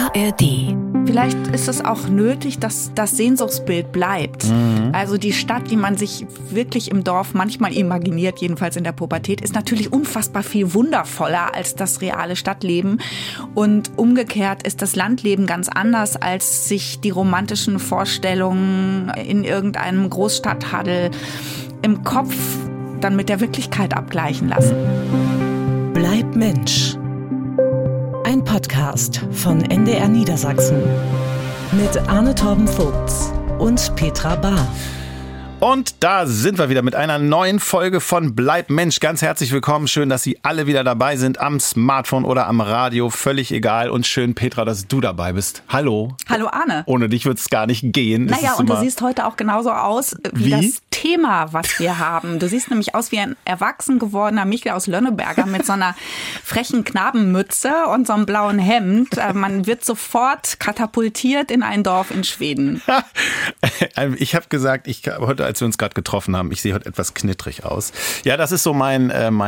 ARD. Vielleicht ist es auch nötig, dass das Sehnsuchtsbild bleibt. Also die Stadt, die man sich wirklich im Dorf manchmal imaginiert, jedenfalls in der Pubertät, ist natürlich unfassbar viel wundervoller als das reale Stadtleben. Und umgekehrt ist das Landleben ganz anders, als sich die romantischen Vorstellungen in irgendeinem Großstadthaddel im Kopf dann mit der Wirklichkeit abgleichen lassen. Bleib Mensch. Ein Podcast von NDR Niedersachsen mit Arne Torben Vogts und Petra Bahr. Und da sind wir wieder mit einer neuen Folge von Bleib Mensch. Ganz herzlich willkommen. Schön, dass Sie alle wieder dabei sind. Am Smartphone oder am Radio. Völlig egal. Und schön, Petra, dass du dabei bist. Hallo. Hallo, Arne. Ohne dich wird es gar nicht gehen. Naja, und du siehst heute auch genauso aus wie das Thema, was wir haben. Du siehst nämlich aus wie ein erwachsen gewordener Michael aus Lönneberger mit so einer frechen Knabenmütze und so einem blauen Hemd. Man wird sofort katapultiert in ein Dorf in Schweden. Ich habe gesagt, heute, als wir uns gerade getroffen haben, ich sehe heute etwas knittrig aus. Ja, das ist so mein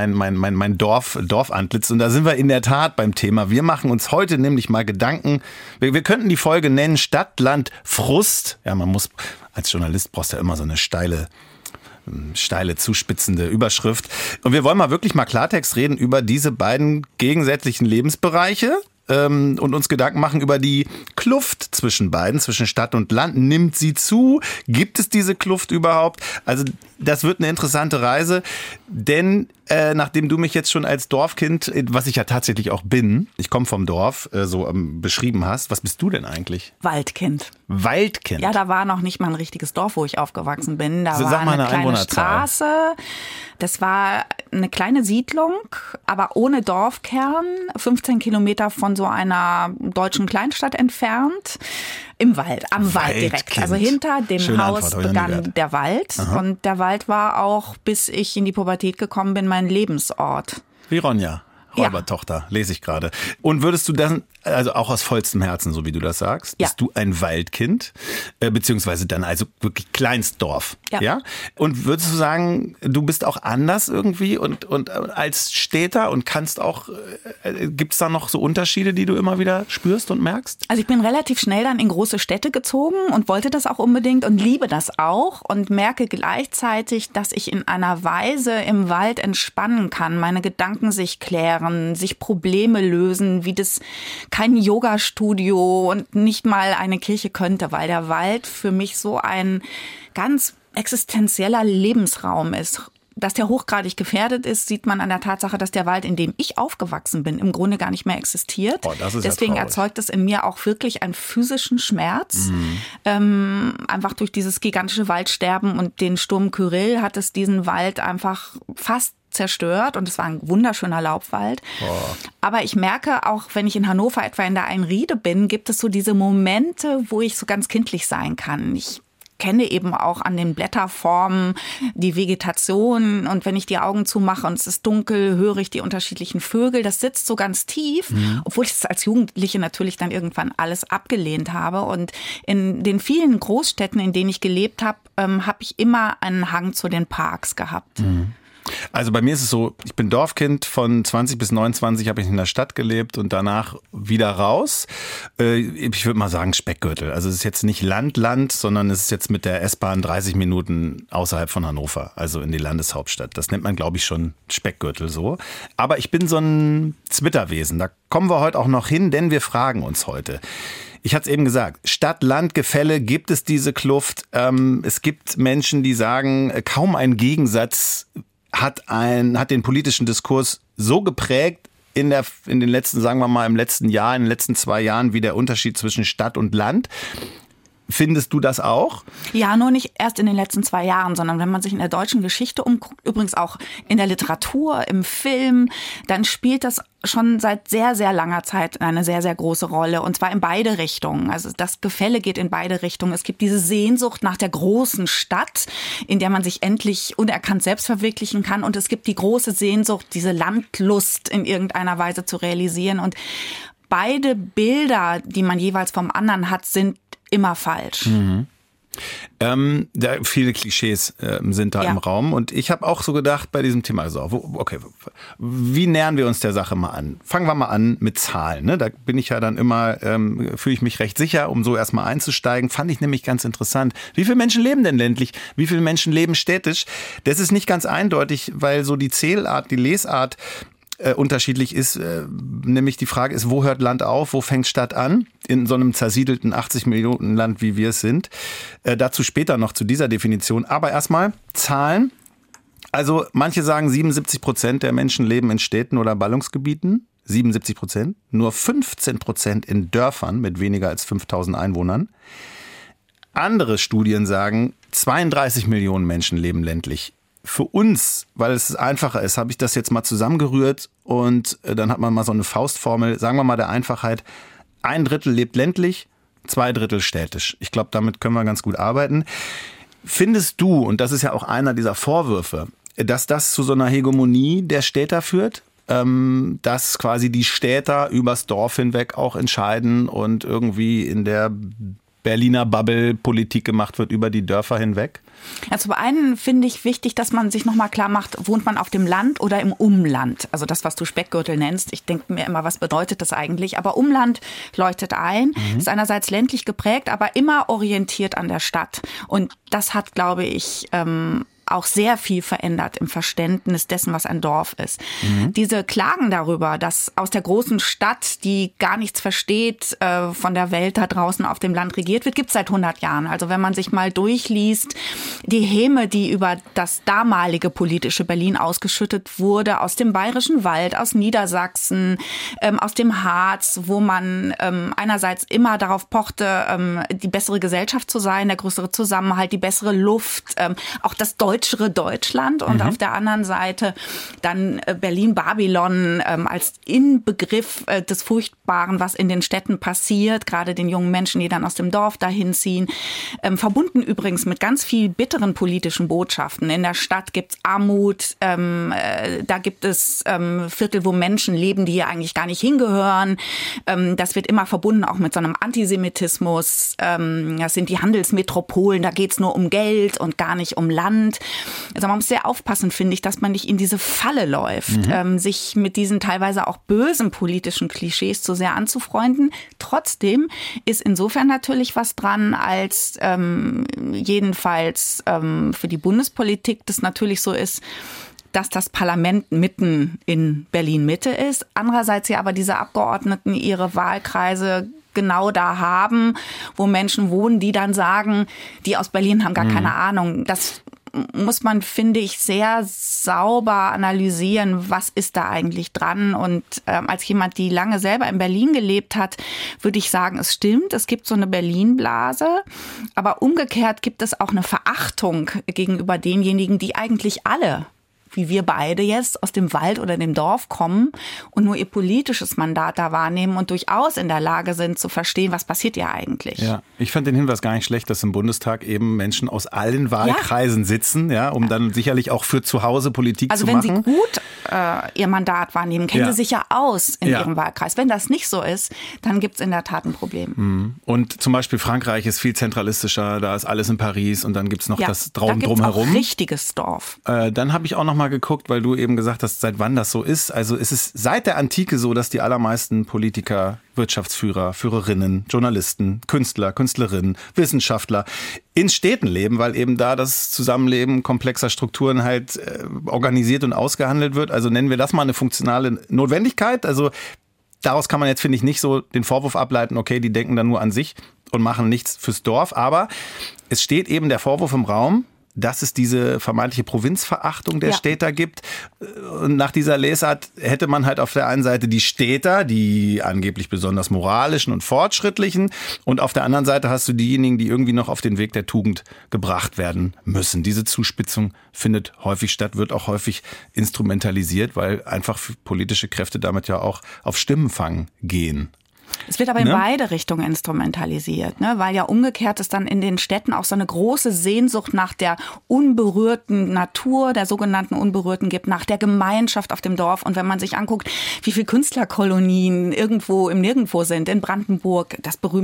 Dorfantlitz. Und da sind wir in der Tat beim Thema. Wir machen uns heute nämlich mal Gedanken. Wir könnten die Folge nennen Stadt, Land, Frust. Ja, man muss, als Journalist brauchst du ja immer so eine steile, zuspitzende Überschrift. Und wir wollen wirklich mal Klartext reden über diese beiden gegensätzlichen Lebensbereiche. Und uns Gedanken machen über die Kluft zwischen beiden, zwischen Stadt und Land. Nimmt sie zu? Gibt es diese Kluft überhaupt? Also das wird eine interessante Reise, denn nachdem du mich jetzt schon als Dorfkind, was ich ja tatsächlich auch bin, ich komme vom Dorf, beschrieben hast, was bist du denn eigentlich? Waldkind. Waldkind? Ja, da war noch nicht mal ein richtiges Dorf, wo ich aufgewachsen bin. Da Sag war mal eine kleine Einwohnerzahl. Straße. Das war eine kleine Siedlung, aber ohne Dorfkern, 15 Kilometer von so einer deutschen Kleinstadt entfernt. Im Wald, am Wald direkt. Also hinter dem Schöne Haus Antwort, begann der Wald. Aha. Und der Wald war auch, bis ich in die Pubertät gekommen bin, mein Lebensort. Wie Ronja. Räubertochter, lese ich gerade. Und würdest du dann, also auch aus vollstem Herzen, so wie du das sagst, bist du ein Waldkind, beziehungsweise dann also wirklich Kleinstdorf, ja? Und würdest du sagen, du bist auch anders irgendwie und als Städter und kannst auch, gibt es da noch so Unterschiede, die du immer wieder spürst und merkst? Also ich bin relativ schnell dann in große Städte gezogen und wollte das auch unbedingt und liebe das auch und merke gleichzeitig, dass ich in einer Weise im Wald entspannen kann, meine Gedanken sich klären, sich Probleme lösen, wie das kein Yoga-Studio und nicht mal eine Kirche könnte, weil der Wald für mich so ein ganz existenzieller Lebensraum ist. Dass der hochgradig gefährdet ist, sieht man an der Tatsache, dass der Wald, in dem ich aufgewachsen bin, im Grunde gar nicht mehr existiert. Oh, das ist Deswegen ja traurig. erzeugt es in mir auch wirklich einen physischen Schmerz. Einfach durch dieses gigantische Waldsterben und den Sturm Kyrill hat es diesen Wald einfach fast zerstört und es war ein wunderschöner Laubwald. Aber ich merke auch, wenn ich in Hannover etwa in der Einriede bin, gibt es so diese Momente, wo ich so ganz kindlich sein kann. Ich kenne eben auch an den Blätterformen die Vegetation und wenn ich die Augen zumache und es ist dunkel, höre ich die unterschiedlichen Vögel. Das sitzt so ganz tief, obwohl ich es als Jugendliche natürlich dann irgendwann alles abgelehnt habe. Und in den vielen Großstädten, in denen ich gelebt habe, habe ich immer einen Hang zu den Parks gehabt. Also bei mir ist es so, ich bin Dorfkind, von 20 bis 29 habe ich in der Stadt gelebt und danach wieder raus. Ich würde mal sagen Speckgürtel. Also es ist jetzt nicht Land, sondern es ist jetzt mit der S-Bahn 30 Minuten außerhalb von Hannover, also in die Landeshauptstadt. Das nennt man, glaube ich, schon Speckgürtel so. Aber ich bin so ein Zwitterwesen, da kommen wir heute auch noch hin, denn wir fragen uns heute. Ich hatte es eben gesagt, Stadt-Land-Gefälle, gibt es diese Kluft? Es gibt Menschen, die sagen, kaum ein Gegensatz hat den politischen Diskurs so geprägt in den letzten, sagen wir mal, im letzten Jahr, in den letzten 2 Jahren, wie der Unterschied zwischen Stadt und Land. Findest du das auch? Ja, nur nicht erst in den letzten 2 Jahren, sondern wenn man sich in der deutschen Geschichte umguckt, übrigens auch in der Literatur, im Film, dann spielt das schon seit sehr, sehr langer Zeit eine sehr, sehr große Rolle. Und zwar in beide Richtungen. Also das Gefälle geht in beide Richtungen. Es gibt diese Sehnsucht nach der großen Stadt, in der man sich endlich unerkannt selbst verwirklichen kann. Und es gibt die große Sehnsucht, diese Landlust in irgendeiner Weise zu realisieren. Und beide Bilder, die man jeweils vom anderen hat, sind immer falsch. Viele Klischees sind da im Raum und ich habe auch so gedacht bei diesem Thema, okay, wie nähern wir uns der Sache mal an? Fangen wir mal an mit Zahlen. Ne? Da bin ich ja dann immer, fühle ich mich recht sicher, um so erstmal einzusteigen. Fand ich nämlich ganz interessant. Wie viele Menschen leben denn ländlich? Wie viele Menschen leben städtisch? Das ist nicht ganz eindeutig, weil so die Zählart, die Lesart unterschiedlich ist, nämlich die Frage ist, wo hört Land auf, wo fängt Stadt an, in so einem zersiedelten 80 Millionen Land, wie wir es sind. Dazu später noch zu dieser Definition. Aber erstmal Zahlen. Also manche sagen, 77% der Menschen leben in Städten oder Ballungsgebieten. 77%. Nur 15% in Dörfern mit weniger als 5000 Einwohnern. Andere Studien sagen, 32 Millionen Menschen leben ländlich. Für uns, weil es einfacher ist, habe ich das jetzt mal zusammengerührt und dann hat man mal so eine Faustformel, sagen wir mal der Einfachheit, 1/3 lebt ländlich, 2/3 städtisch. Ich glaube, damit können wir ganz gut arbeiten. Findest du, und das ist ja auch einer dieser Vorwürfe, dass das zu so einer Hegemonie der Städter führt? Dass quasi die Städter übers Dorf hinweg auch entscheiden und irgendwie in der Berliner Bubble Politik gemacht wird über die Dörfer hinweg? Ja, zum einen finde ich wichtig, dass man sich nochmal klar macht, wohnt man auf dem Land oder im Umland? Also das, was du Speckgürtel nennst. Ich denke mir immer, was bedeutet das eigentlich? Aber Umland leuchtet ein, ist einerseits ländlich geprägt, aber immer orientiert an der Stadt. Und das hat, glaube ich, auch sehr viel verändert im Verständnis dessen, was ein Dorf ist. Diese Klagen darüber, dass aus der großen Stadt, die gar nichts versteht, von der Welt da draußen auf dem Land regiert wird, gibt es seit 100 Jahren. Also wenn man sich mal durchliest, die Häme, die über das damalige politische Berlin ausgeschüttet wurde, aus dem Bayerischen Wald, aus Niedersachsen, aus dem Harz, wo man einerseits immer darauf pochte, die bessere Gesellschaft zu sein, der größere Zusammenhalt, die bessere Luft, auch das deutschere Deutschland und auf der anderen Seite dann Berlin-Babylon als Inbegriff des Furchtbaren, was in den Städten passiert, gerade den jungen Menschen, die dann aus dem Dorf dahin ziehen. Verbunden übrigens mit ganz viel bitteren politischen Botschaften. In der Stadt gibt's Armut, da gibt es Viertel, wo Menschen leben, die hier eigentlich gar nicht hingehören. Das wird immer verbunden auch mit so einem Antisemitismus. Das sind die Handelsmetropolen, da geht's nur um Geld und gar nicht um Land. Also man muss sehr aufpassen, finde ich, dass man nicht in diese Falle läuft, sich mit diesen teilweise auch bösen politischen Klischees zu sehr anzufreunden. Trotzdem ist insofern natürlich was dran, als jedenfalls für die Bundespolitik das natürlich so ist, dass das Parlament mitten in Berlin-Mitte ist. Andererseits ja aber diese Abgeordneten ihre Wahlkreise genau da haben, wo Menschen wohnen, die dann sagen, die aus Berlin haben gar keine Ahnung. Das muss man, finde ich, sehr sauber analysieren, was ist da eigentlich dran. Und als jemand, die lange selber in Berlin gelebt hat, würde ich sagen, es stimmt, es gibt so eine Berlin-Blase. Aber umgekehrt gibt es auch eine Verachtung gegenüber denjenigen, die eigentlich alle, wie wir beide jetzt, aus dem Wald oder dem Dorf kommen und nur ihr politisches Mandat da wahrnehmen und durchaus in der Lage sind zu verstehen, was passiert ja eigentlich. Ja, ich fand den Hinweis gar nicht schlecht, dass im Bundestag eben Menschen aus allen Wahlkreisen sitzen, ja, um dann sicherlich auch für zu Hause Politik zu machen. Also wenn Sie gut Ihr Mandat wahrnehmen, kennen Sie sich ja aus in Ihrem Wahlkreis. Wenn das nicht so ist, dann gibt es in der Tat ein Problem. Und zum Beispiel Frankreich ist viel zentralistischer, da ist alles in Paris und dann gibt es noch das Traum drumherum. Da gibt es auch richtiges Dorf. Dann habe ich auch noch mal geguckt, weil du eben gesagt hast, seit wann das so ist. Also es ist seit der Antike so, dass die allermeisten Politiker, Wirtschaftsführer, Führerinnen, Journalisten, Künstler, Künstlerinnen, Wissenschaftler in Städten leben, weil eben da das Zusammenleben komplexer Strukturen halt organisiert und ausgehandelt wird. Also nennen wir das mal eine funktionale Notwendigkeit. Also daraus kann man jetzt, finde ich, nicht so den Vorwurf ableiten, okay, die denken dann nur an sich und machen nichts fürs Dorf. Aber es steht eben der Vorwurf im Raum, dass es diese vermeintliche Provinzverachtung der Städter gibt. Und nach dieser Lesart hätte man halt auf der einen Seite die Städter, die angeblich besonders moralischen und fortschrittlichen, und auf der anderen Seite hast du diejenigen, die irgendwie noch auf den Weg der Tugend gebracht werden müssen. Diese Zuspitzung findet häufig statt, wird auch häufig instrumentalisiert, weil einfach politische Kräfte damit ja auch auf Stimmenfang gehen. Es wird aber in beide Richtungen instrumentalisiert, ne? Weil ja umgekehrt es dann in den Städten auch so eine große Sehnsucht nach der unberührten Natur, der sogenannten Unberührten gibt, nach der Gemeinschaft auf dem Dorf. Und wenn man sich anguckt, wie viele Künstlerkolonien irgendwo im Nirgendwo sind, in Brandenburg, das berühmte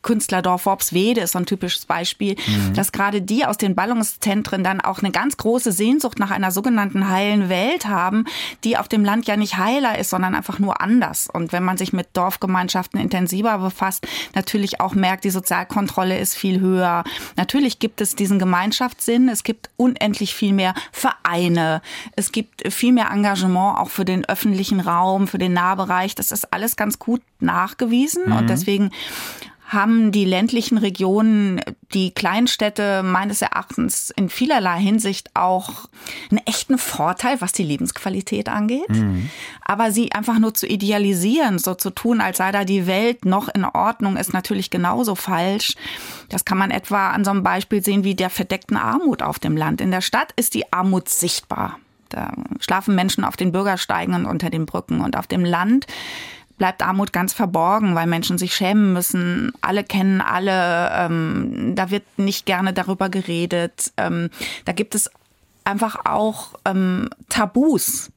Künstlerdorf Worpswede ist so ein typisches Beispiel, dass gerade die aus den Ballungszentren dann auch eine ganz große Sehnsucht nach einer sogenannten heilen Welt haben, die auf dem Land ja nicht heiler ist, sondern einfach nur anders. Und wenn man sich mit Dorfgemeinschaften intensiver befasst, natürlich auch merkt, die Sozialkontrolle ist viel höher. Natürlich gibt es diesen Gemeinschaftssinn, es gibt unendlich viel mehr Vereine, es gibt viel mehr Engagement auch für den öffentlichen Raum, für den Nahbereich. Das ist alles ganz gut nachgewiesen und deswegen haben die ländlichen Regionen, die Kleinstädte meines Erachtens in vielerlei Hinsicht auch einen echten Vorteil, was die Lebensqualität angeht. Aber sie einfach nur zu idealisieren, so zu tun, als sei da die Welt noch in Ordnung, ist natürlich genauso falsch. Das kann man etwa an so einem Beispiel sehen wie der verdeckten Armut auf dem Land. In der Stadt ist die Armut sichtbar. Da schlafen Menschen auf den Bürgersteigen und unter den Brücken. Und auf dem Land bleibt Armut ganz verborgen, weil Menschen sich schämen müssen. Alle kennen alle. Da wird nicht gerne darüber geredet. Da gibt es einfach auch Tabus,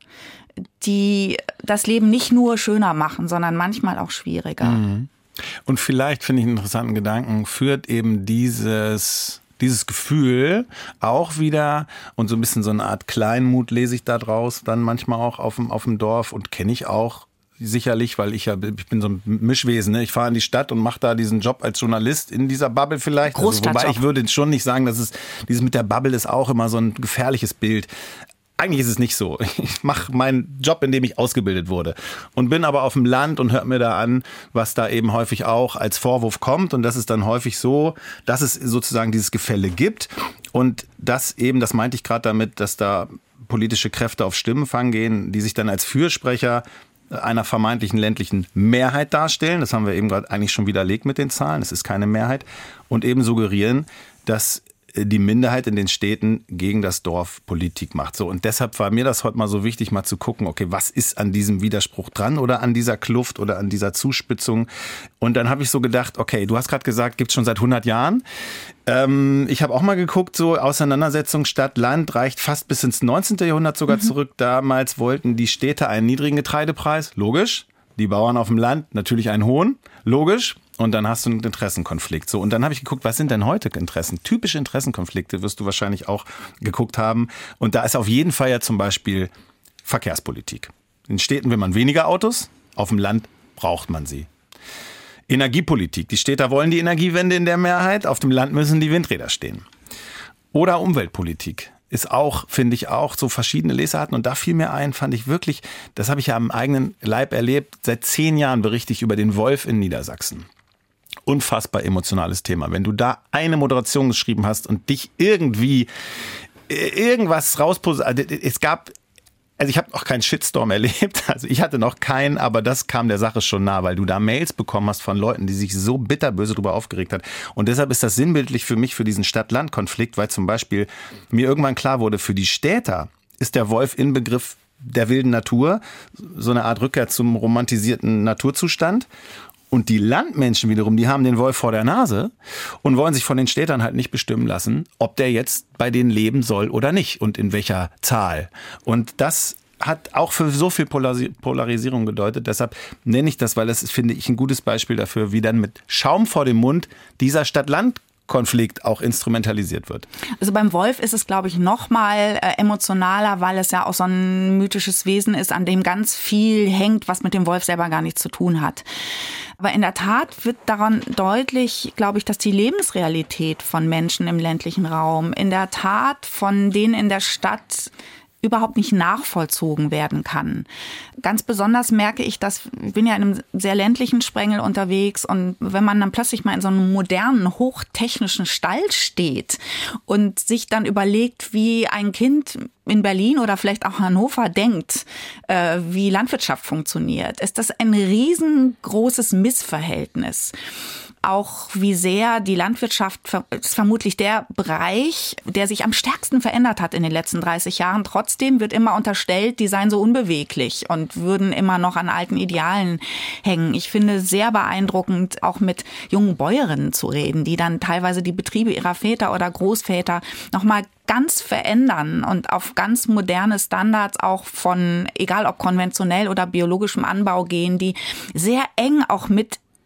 die das Leben nicht nur schöner machen, sondern manchmal auch schwieriger. Und vielleicht, finde ich einen interessanten Gedanken, führt eben dieses Gefühl auch wieder und so ein bisschen so eine Art Kleinmut lese ich da draus, dann manchmal auch auf dem Dorf und kenne ich auch sicherlich, weil ich bin so ein Mischwesen. Ne? Ich fahre in die Stadt und mache da diesen Job als Journalist in dieser Bubble vielleicht. Also, wobei ich würde schon nicht sagen, dass dieses mit der Bubble ist auch immer so ein gefährliches Bild. Eigentlich ist es nicht so. Ich mache meinen Job, in dem ich ausgebildet wurde und bin aber auf dem Land und höre mir da an, was da eben häufig auch als Vorwurf kommt. Und das ist dann häufig so, dass es sozusagen dieses Gefälle gibt. Und das meinte ich gerade damit, dass da politische Kräfte auf Stimmenfang gehen, die sich dann als Fürsprecher einer vermeintlichen ländlichen Mehrheit darstellen. Das haben wir eben gerade eigentlich schon widerlegt mit den Zahlen. Es ist keine Mehrheit. Und eben suggerieren, dass die Minderheit in den Städten gegen das Dorf Politik macht. So, und deshalb war mir das heute mal so wichtig, mal zu gucken, okay, was ist an diesem Widerspruch dran oder an dieser Kluft oder an dieser Zuspitzung? Und dann habe ich so gedacht, okay, du hast gerade gesagt, gibt's schon seit 100 Jahren. Ich habe auch mal geguckt, so Auseinandersetzung Stadt-Land reicht fast bis ins 19. Jahrhundert sogar zurück. Damals wollten die Städte einen niedrigen Getreidepreis, logisch. Die Bauern auf dem Land natürlich einen hohen, logisch. Und dann hast du einen Interessenkonflikt. So, und dann habe ich geguckt, was sind denn heute Interessen? Typische Interessenkonflikte wirst du wahrscheinlich auch geguckt haben. Und da ist auf jeden Fall ja zum Beispiel Verkehrspolitik. In Städten will man weniger Autos, auf dem Land braucht man sie. Energiepolitik. Die Städter wollen die Energiewende in der Mehrheit, auf dem Land müssen die Windräder stehen. Oder Umweltpolitik. Ist auch, finde ich auch, so verschiedene Lesarten. Und da fiel mir ein, fand ich wirklich, das habe ich ja am eigenen Leib erlebt. Seit 10 Jahren berichte ich über den Wolf in Niedersachsen. Unfassbar emotionales Thema. Wenn du da eine Moderation geschrieben hast und dich irgendwie irgendwas es gab, also ich habe noch keinen Shitstorm erlebt, also ich hatte noch keinen, aber das kam der Sache schon nah, weil du da Mails bekommen hast von Leuten, die sich so bitterböse darüber aufgeregt hat. Und deshalb ist das sinnbildlich für mich, für diesen Stadt-Land-Konflikt, weil zum Beispiel mir irgendwann klar wurde, für die Städter ist der Wolf Inbegriff der wilden Natur, so eine Art Rückkehr zum romantisierten Naturzustand. Und die Landmenschen wiederum, die haben den Wolf vor der Nase und wollen sich von den Städtern halt nicht bestimmen lassen, ob der jetzt bei denen leben soll oder nicht und in welcher Zahl. Und das hat auch für so viel Polarisierung gedeutet. Deshalb nenne ich das, weil das ist, finde ich, ein gutes Beispiel dafür, wie dann mit Schaum vor dem Mund dieser Stadt-Land-Konflikt auch instrumentalisiert wird. Also beim Wolf ist es, glaube ich, noch mal emotionaler, weil es ja auch so ein mythisches Wesen ist, an dem ganz viel hängt, was mit dem Wolf selber gar nichts zu tun hat. Aber in der Tat wird daran deutlich, glaube ich, dass die Lebensrealität von Menschen im ländlichen Raum in der Tat von denen in der Stadt überhaupt nicht nachvollzogen werden kann. Ganz besonders merke ich, dass ich bin ja in einem sehr ländlichen Sprengel unterwegs und wenn man dann plötzlich mal in so einem modernen, hochtechnischen Stall steht und sich dann überlegt, wie ein Kind in Berlin oder vielleicht auch Hannover denkt, wie Landwirtschaft funktioniert, ist das ein riesengroßes Missverhältnis. Auch wie sehr die Landwirtschaft ist vermutlich der Bereich, der sich am stärksten verändert hat in den letzten 30 Jahren. Trotzdem wird immer unterstellt, die seien so unbeweglich und würden immer noch an alten Idealen hängen. Ich finde sehr beeindruckend, auch mit jungen Bäuerinnen zu reden, die dann teilweise die Betriebe ihrer Väter oder Großväter nochmal ganz verändern und auf ganz moderne Standards auch von, egal ob konventionell oder biologischem Anbau gehen, die sehr eng auch mit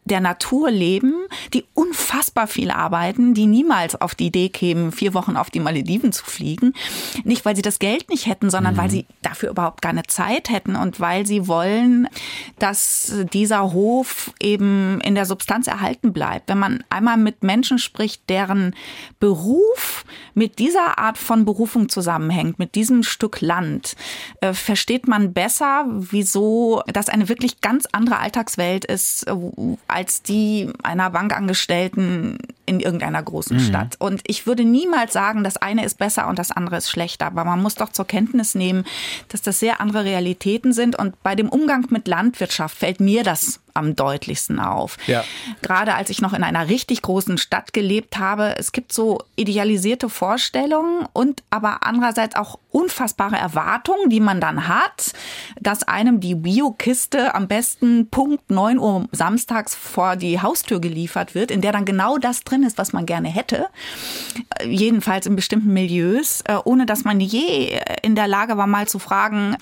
der Natur leben, die unfassbar viel arbeiten, die niemals auf die Idee kämen, 4 Wochen auf die Malediven zu fliegen. Nicht, weil sie das Geld nicht hätten, sondern weil sie dafür überhaupt keine Zeit hätten und weil sie wollen, dass dieser Hof eben in der Substanz erhalten bleibt. Wenn man einmal mit Menschen spricht, deren Beruf mit dieser Art von Berufung zusammenhängt, mit diesem Stück Land, versteht man besser, wieso das eine wirklich ganz andere Alltagswelt ist, als die einer Bankangestellten in irgendeiner großen Stadt. Und ich würde niemals sagen, das eine ist besser und das andere ist schlechter. Aber man muss doch zur Kenntnis nehmen, dass das sehr andere Realitäten sind. Und bei dem Umgang mit Landwirtschaft fällt mir das am deutlichsten auf. Ja. Gerade als ich noch in einer richtig großen Stadt gelebt habe, es gibt so idealisierte Vorstellungen und aber andererseits auch unfassbare Erwartungen, die man dann hat, dass einem die Bio-Kiste am besten Punkt 9 Uhr samstags vor die Haustür geliefert wird, in der dann genau das drin ist, was man gerne hätte. Jedenfalls in bestimmten Milieus, ohne dass man je in der Lage war, mal zu fragen,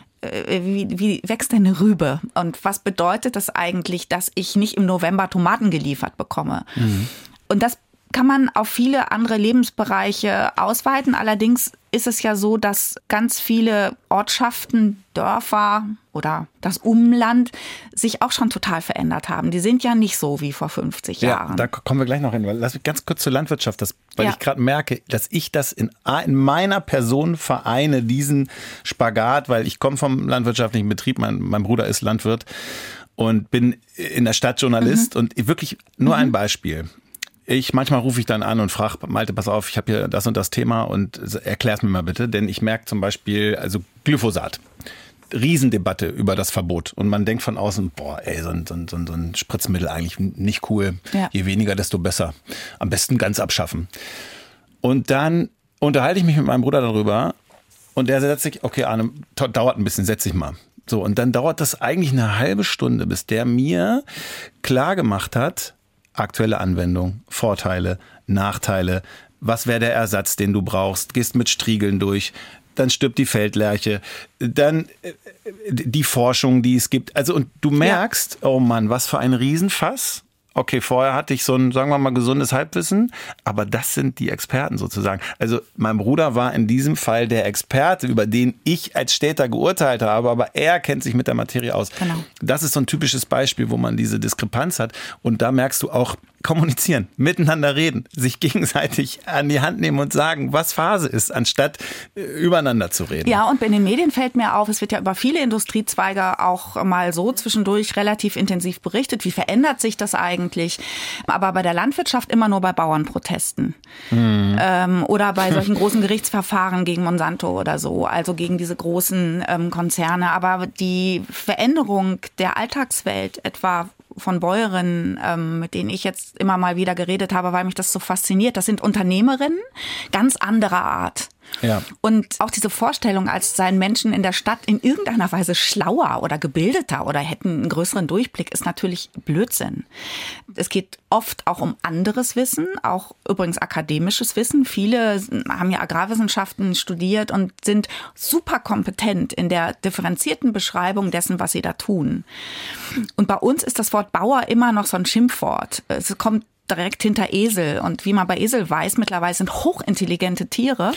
wie wächst denn eine Rübe? Und was bedeutet das eigentlich, dass ich nicht im November Tomaten geliefert bekomme? Und das kann man auf viele andere Lebensbereiche ausweiten. Allerdings ist es ja so, dass ganz viele Ortschaften, Dörfer oder das Umland sich auch schon total verändert haben. Die sind ja nicht so wie vor 50 Jahren. Ja, da kommen wir gleich noch hin. Lass mich ganz kurz zur Landwirtschaft, weil ich gerade merke, dass ich das in meiner Person vereine, diesen Spagat, weil ich komme vom landwirtschaftlichen Betrieb, mein Bruder ist Landwirt und bin in der Stadt Journalist und wirklich nur ein Beispiel. Manchmal rufe ich dann an und frage, Malte, pass auf, ich habe hier das und das Thema und erklär's mir mal bitte, denn ich merke zum Beispiel, also Glyphosat, Riesendebatte über das Verbot und man denkt von außen, boah, ey, so ein Spritzmittel eigentlich nicht cool, je weniger, desto besser, am besten ganz abschaffen. Und dann unterhalte ich mich mit meinem Bruder darüber und der setzt sich, okay Arne, dauert ein bisschen, setz dich mal. So, und dann dauert das eigentlich eine halbe Stunde, bis der mir klar gemacht hat, aktuelle Anwendung, Vorteile, Nachteile, was wäre der Ersatz, den du brauchst, gehst mit Striegeln durch, dann stirbt die Feldlerche, dann die Forschung, die es gibt. Also und du merkst, oh Mann, was für ein Riesenfass. Okay, vorher hatte ich so ein, sagen wir mal, gesundes Halbwissen, aber das sind die Experten sozusagen. Also mein Bruder war in diesem Fall der Experte, über den ich als Städter geurteilt habe, aber er kennt sich mit der Materie aus. Genau. Das ist so ein typisches Beispiel, wo man diese Diskrepanz hat und da merkst du auch, kommunizieren, miteinander reden, sich gegenseitig an die Hand nehmen und sagen, was Phase ist, anstatt übereinander zu reden. Ja, und in den Medien fällt mir auf, es wird ja über viele Industriezweige auch mal so zwischendurch relativ intensiv berichtet. Wie verändert sich das eigentlich? Aber bei der Landwirtschaft immer nur bei Bauernprotesten. Oder bei solchen großen Gerichtsverfahren gegen Monsanto oder so, also gegen diese großen Konzerne. Aber die Veränderung der Alltagswelt, etwa von Bäuerinnen, mit denen ich jetzt immer mal wieder geredet habe, weil mich das so fasziniert. Das sind Unternehmerinnen ganz anderer Art. Ja. Und auch diese Vorstellung, als seien Menschen in der Stadt in irgendeiner Weise schlauer oder gebildeter oder hätten einen größeren Durchblick, ist natürlich Blödsinn. Es geht oft auch um anderes Wissen, auch übrigens akademisches Wissen. Viele haben ja Agrarwissenschaften studiert und sind super kompetent in der differenzierten Beschreibung dessen, was sie da tun. Und bei uns ist das Wort Bauer immer noch so ein Schimpfwort. Es kommt direkt hinter Esel. Und wie man bei Esel weiß, mittlerweile sind hochintelligente Tiere,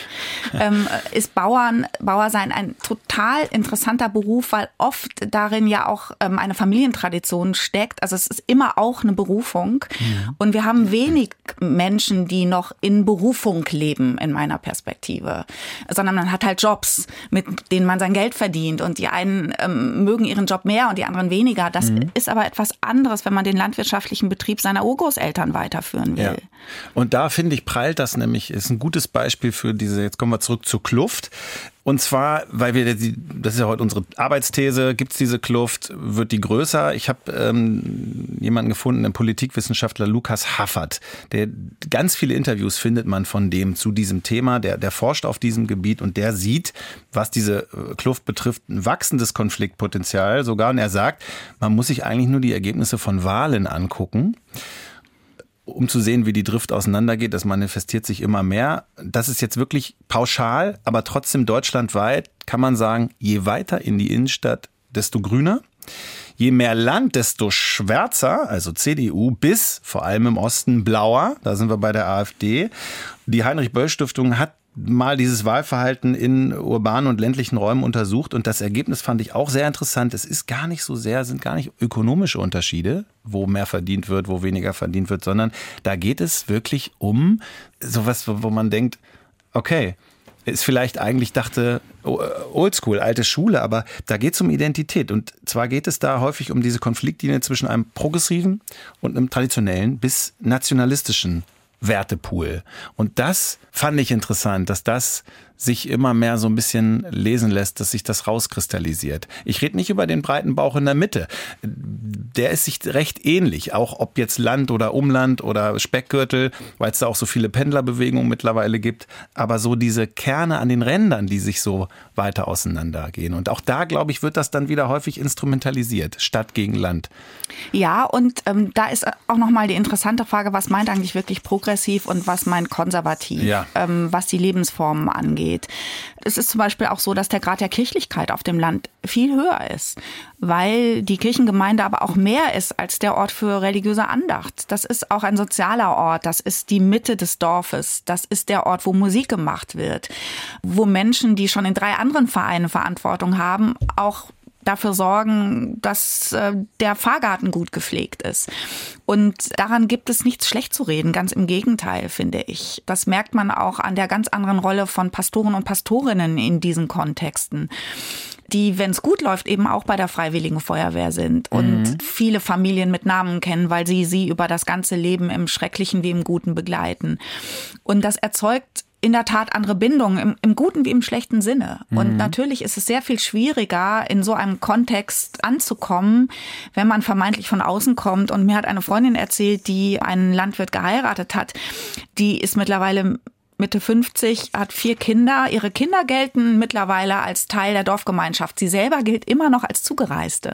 ist Bauersein ein total interessanter Beruf, weil oft darin ja auch eine Familientradition steckt. Also es ist immer auch eine Berufung. Und wir haben wenig Menschen, die noch in Berufung leben, in meiner Perspektive. Sondern man hat halt Jobs, mit denen man sein Geld verdient. Und die einen mögen ihren Job mehr und die anderen weniger. Das ist aber etwas anderes, wenn man den landwirtschaftlichen Betrieb seiner Urgroßeltern weiterführen will. Ja. Und da finde ich, prallt das nämlich, ist ein gutes Beispiel für diese, jetzt kommen wir zurück zur Kluft. Und zwar, weil das ist ja heute unsere Arbeitsthese, gibt es diese Kluft, wird die größer. Ich habe jemanden gefunden, einen Politikwissenschaftler, Lukas Haffert, der ganz viele Interviews findet man von dem zu diesem Thema, der forscht auf diesem Gebiet und der sieht, was diese Kluft betrifft, ein wachsendes Konfliktpotenzial sogar. Und er sagt, man muss sich eigentlich nur die Ergebnisse von Wahlen angucken, um zu sehen, wie die Drift auseinandergeht. Das manifestiert sich immer mehr. Das ist jetzt wirklich pauschal, aber trotzdem deutschlandweit kann man sagen, je weiter in die Innenstadt, desto grüner. Je mehr Land, desto schwärzer, also CDU, bis vor allem im Osten blauer. Da sind wir bei der AfD. Die Heinrich-Böll-Stiftung hat mal dieses Wahlverhalten in urbanen und ländlichen Räumen untersucht und das Ergebnis fand ich auch sehr interessant. Es ist gar nicht so sehr, sind gar nicht ökonomische Unterschiede, wo mehr verdient wird, wo weniger verdient wird, sondern da geht es wirklich um sowas, wo man denkt, okay, ist vielleicht eigentlich dachte oldschool, alte Schule, aber da geht es um Identität und zwar geht es da häufig um diese Konfliktlinie zwischen einem progressiven und einem traditionellen bis nationalistischen Wertepool. Und das fand ich interessant, dass das sich immer mehr so ein bisschen lesen lässt, dass sich das rauskristallisiert. Ich rede nicht über den breiten Bauch in der Mitte. Der ist sich recht ähnlich, auch ob jetzt Land oder Umland oder Speckgürtel, weil es da auch so viele Pendlerbewegungen mittlerweile gibt. Aber so diese Kerne an den Rändern, die sich so weiter auseinandergehen. Und auch da, glaube ich, wird das dann wieder häufig instrumentalisiert, Stadt gegen Land. Ja, und da ist auch nochmal die interessante Frage, was meint eigentlich wirklich progressiv und was meint konservativ, was die Lebensformen angeht. Es ist zum Beispiel auch so, dass der Grad der Kirchlichkeit auf dem Land viel höher ist, weil die Kirchengemeinde aber auch mehr ist als der Ort für religiöse Andacht. Das ist auch ein sozialer Ort, das ist die Mitte des Dorfes, das ist der Ort, wo Musik gemacht wird, wo Menschen, die schon in 3 anderen Vereinen Verantwortung haben, auch dafür sorgen, dass der Pfarrgarten gut gepflegt ist. Und daran gibt es nichts schlecht zu reden, ganz im Gegenteil, finde ich. Das merkt man auch an der ganz anderen Rolle von Pastoren und Pastorinnen in diesen Kontexten, die, wenn es gut läuft, eben auch bei der Freiwilligen Feuerwehr sind und viele Familien mit Namen kennen, weil sie über das ganze Leben im Schrecklichen wie im Guten begleiten. Und das erzeugt in der Tat andere Bindungen, im guten wie im schlechten Sinne. Und natürlich ist es sehr viel schwieriger, in so einem Kontext anzukommen, wenn man vermeintlich von außen kommt. Und mir hat eine Freundin erzählt, die einen Landwirt geheiratet hat. Die ist mittlerweile Mitte 50, hat 4 Kinder. Ihre Kinder gelten mittlerweile als Teil der Dorfgemeinschaft. Sie selber gilt immer noch als Zugereiste.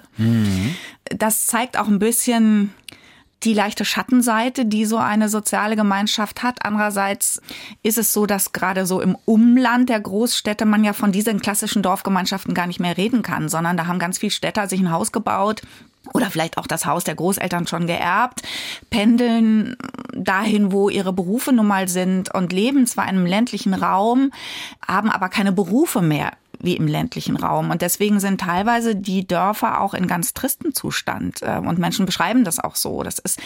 Das zeigt auch ein bisschen die leichte Schattenseite, die so eine soziale Gemeinschaft hat. Andererseits ist es so, dass gerade so im Umland der Großstädte man ja von diesen klassischen Dorfgemeinschaften gar nicht mehr reden kann, sondern da haben ganz viele Städter sich ein Haus gebaut oder vielleicht auch das Haus der Großeltern schon geerbt, pendeln dahin, wo ihre Berufe nun mal sind und leben zwar in einem ländlichen Raum, haben aber keine Berufe mehr wie im ländlichen Raum. Und deswegen sind teilweise die Dörfer auch in ganz tristem Zustand. Und Menschen beschreiben das auch so. Das ist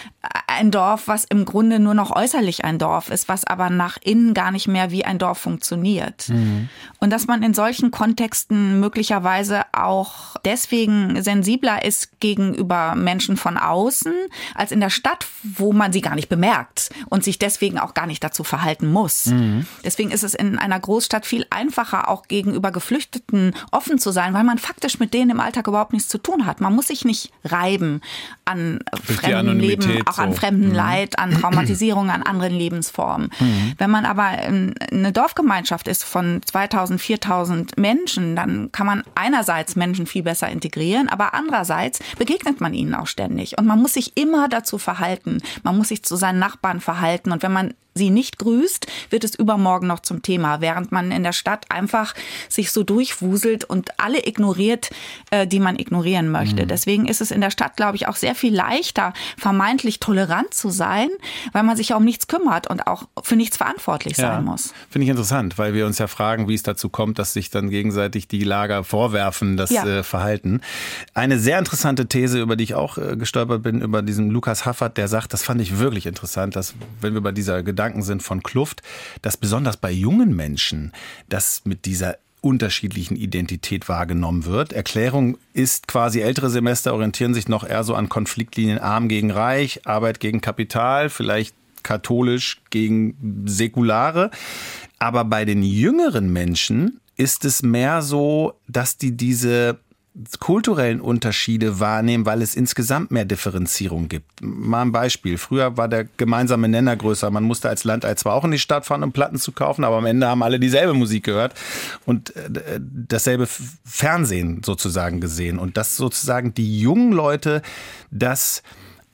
ein Dorf, was im Grunde nur noch äußerlich ein Dorf ist, was aber nach innen gar nicht mehr wie ein Dorf funktioniert. Und dass man in solchen Kontexten möglicherweise auch deswegen sensibler ist gegenüber Menschen von außen, als in der Stadt, wo man sie gar nicht bemerkt und sich deswegen auch gar nicht dazu verhalten muss. Deswegen ist es in einer Großstadt viel einfacher, auch gegenüber Geflüchteten offen zu sein, weil man faktisch mit denen im Alltag überhaupt nichts zu tun hat. Man muss sich nicht reiben an fremdem Leben, auch an fremdem Leid, an Traumatisierung, an anderen Lebensformen. Wenn man aber eine Dorfgemeinschaft ist von 2000, 4000 Menschen, dann kann man einerseits Menschen viel besser integrieren, aber andererseits begegnet man ihnen auch ständig. Und man muss sich immer dazu verhalten. Man muss sich zu seinen Nachbarn verhalten. Und wenn man sie nicht grüßt, wird es übermorgen noch zum Thema, während man in der Stadt einfach sich so durchwuselt und alle ignoriert, die man ignorieren möchte. Deswegen ist es in der Stadt, glaube ich, auch sehr viel leichter, vermeintlich tolerant zu sein, weil man sich ja um nichts kümmert und auch für nichts verantwortlich sein muss. Finde ich interessant, weil wir uns ja fragen, wie es dazu kommt, dass sich dann gegenseitig die Lager vorwerfen, das Verhalten. Eine sehr interessante These, über die ich auch gestolpert bin, über diesen Lukas Haffert, der sagt, das fand ich wirklich interessant, dass, wenn wir bei dieser Gedanken sind von Kluft, dass besonders bei jungen Menschen das mit dieser unterschiedlichen Identität wahrgenommen wird. Erklärung ist quasi, ältere Semester orientieren sich noch eher so an Konfliktlinien Arm gegen Reich, Arbeit gegen Kapital, vielleicht katholisch gegen Säkulare. Aber bei den jüngeren Menschen ist es mehr so, dass die diese kulturellen Unterschiede wahrnehmen, weil es insgesamt mehr Differenzierung gibt. Mal ein Beispiel. Früher war der gemeinsame Nenner größer. Man musste als Landei zwar auch in die Stadt fahren, um Platten zu kaufen, aber am Ende haben alle dieselbe Musik gehört und dasselbe Fernsehen sozusagen gesehen. Und dass sozusagen die jungen Leute das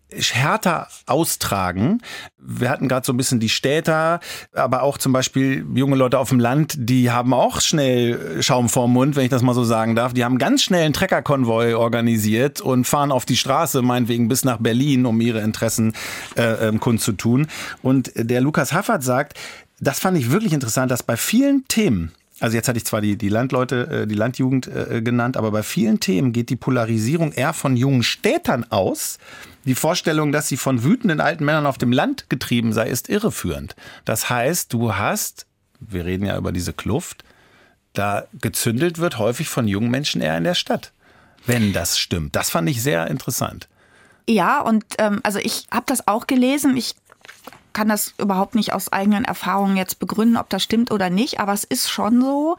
härter austragen. Wir hatten gerade so ein bisschen die Städter, aber auch zum Beispiel junge Leute auf dem Land, die haben auch schnell Schaum vorm Mund, wenn ich das mal so sagen darf. Die haben ganz schnell einen Treckerkonvoi organisiert und fahren auf die Straße, meinetwegen bis nach Berlin, um ihre Interessen kundzutun. Und der Lukas Haffert sagt, das fand ich wirklich interessant, dass bei vielen Themen, also jetzt hatte ich zwar die Landleute, die Landjugend genannt, aber bei vielen Themen geht die Polarisierung eher von jungen Städtern aus. Die Vorstellung, dass sie von wütenden alten Männern auf dem Land getrieben sei, ist irreführend. Das heißt, wir reden ja über diese Kluft, da gezündelt wird häufig von jungen Menschen eher in der Stadt. Wenn das stimmt. Das fand ich sehr interessant. Ja, und also ich habe das auch gelesen. Ich kann das überhaupt nicht aus eigenen Erfahrungen jetzt begründen, ob das stimmt oder nicht. Aber es ist schon so,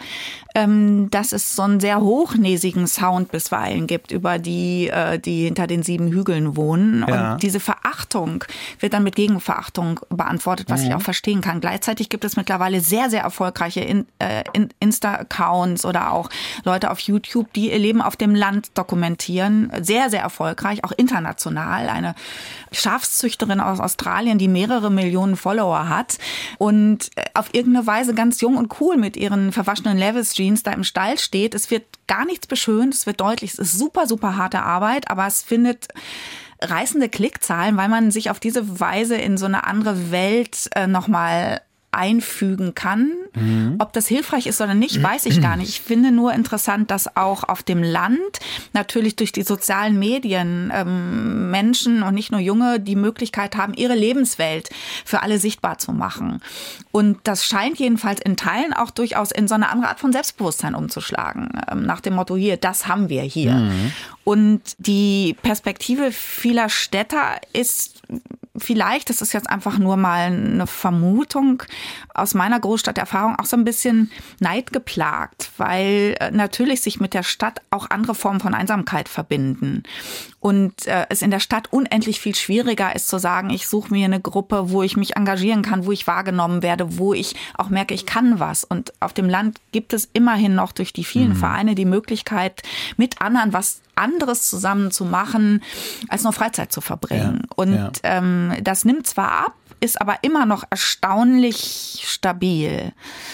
dass es so einen sehr hochnäsigen Sound bisweilen gibt über die hinter den 7 Hügeln wohnen. Ja. Und diese Verachtung wird dann mit Gegenverachtung beantwortet, was ich auch verstehen kann. Gleichzeitig gibt es mittlerweile sehr, sehr erfolgreiche Insta-Accounts oder auch Leute auf YouTube, die ihr Leben auf dem Land dokumentieren. Sehr, sehr erfolgreich, auch international. Eine Schafszüchterin aus Australien, die mehrere Millionen Follower hat und auf irgendeine Weise ganz jung und cool mit ihren verwaschenen Levi's Jeans da im Stall steht. Es wird gar nichts beschönt, es wird deutlich, es ist super, super harte Arbeit, aber es findet reißende Klickzahlen, weil man sich auf diese Weise in so eine andere Welt nochmal einfügen kann. Ob das hilfreich ist oder nicht, weiß ich gar nicht. Ich finde nur interessant, dass auch auf dem Land natürlich durch die sozialen Medien Menschen und nicht nur Junge die Möglichkeit haben, ihre Lebenswelt für alle sichtbar zu machen. Und das scheint jedenfalls in Teilen auch durchaus in so eine andere Art von Selbstbewusstsein umzuschlagen. Nach dem Motto, hier, das haben wir hier. Und die Perspektive vieler Städter ist vielleicht, das ist jetzt einfach nur mal eine Vermutung aus meiner Großstadterfahrung, auch so ein bisschen neidgeplagt, weil natürlich sich mit der Stadt auch andere Formen von Einsamkeit verbinden. Und es in der Stadt unendlich viel schwieriger ist zu sagen, ich suche mir eine Gruppe, wo ich mich engagieren kann, wo ich wahrgenommen werde, wo ich auch merke, ich kann was. Und auf dem Land gibt es immerhin noch durch die vielen Vereine die Möglichkeit, mit anderen was anderes zusammen zu machen, als nur Freizeit zu verbringen. Ja, und das nimmt zwar ab, ist aber immer noch erstaunlich stabil.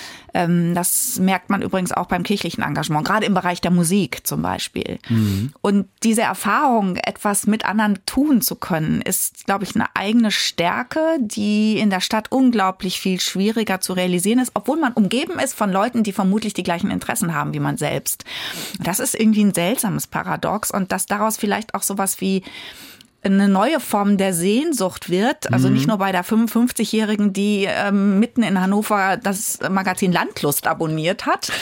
Das merkt man übrigens auch beim kirchlichen Engagement, gerade im Bereich der Musik zum Beispiel. Und diese Erfahrung, etwas mit anderen tun zu können, ist, glaube ich, eine eigene Stärke, die in der Stadt unglaublich viel schwieriger zu realisieren ist, obwohl man umgeben ist von Leuten, die vermutlich die gleichen Interessen haben wie man selbst. Das ist irgendwie ein seltsames Paradox und dass daraus vielleicht auch sowas wie eine neue Form der Sehnsucht wird, also nicht nur bei der 55-Jährigen, die mitten in Hannover das Magazin Landlust abonniert hat,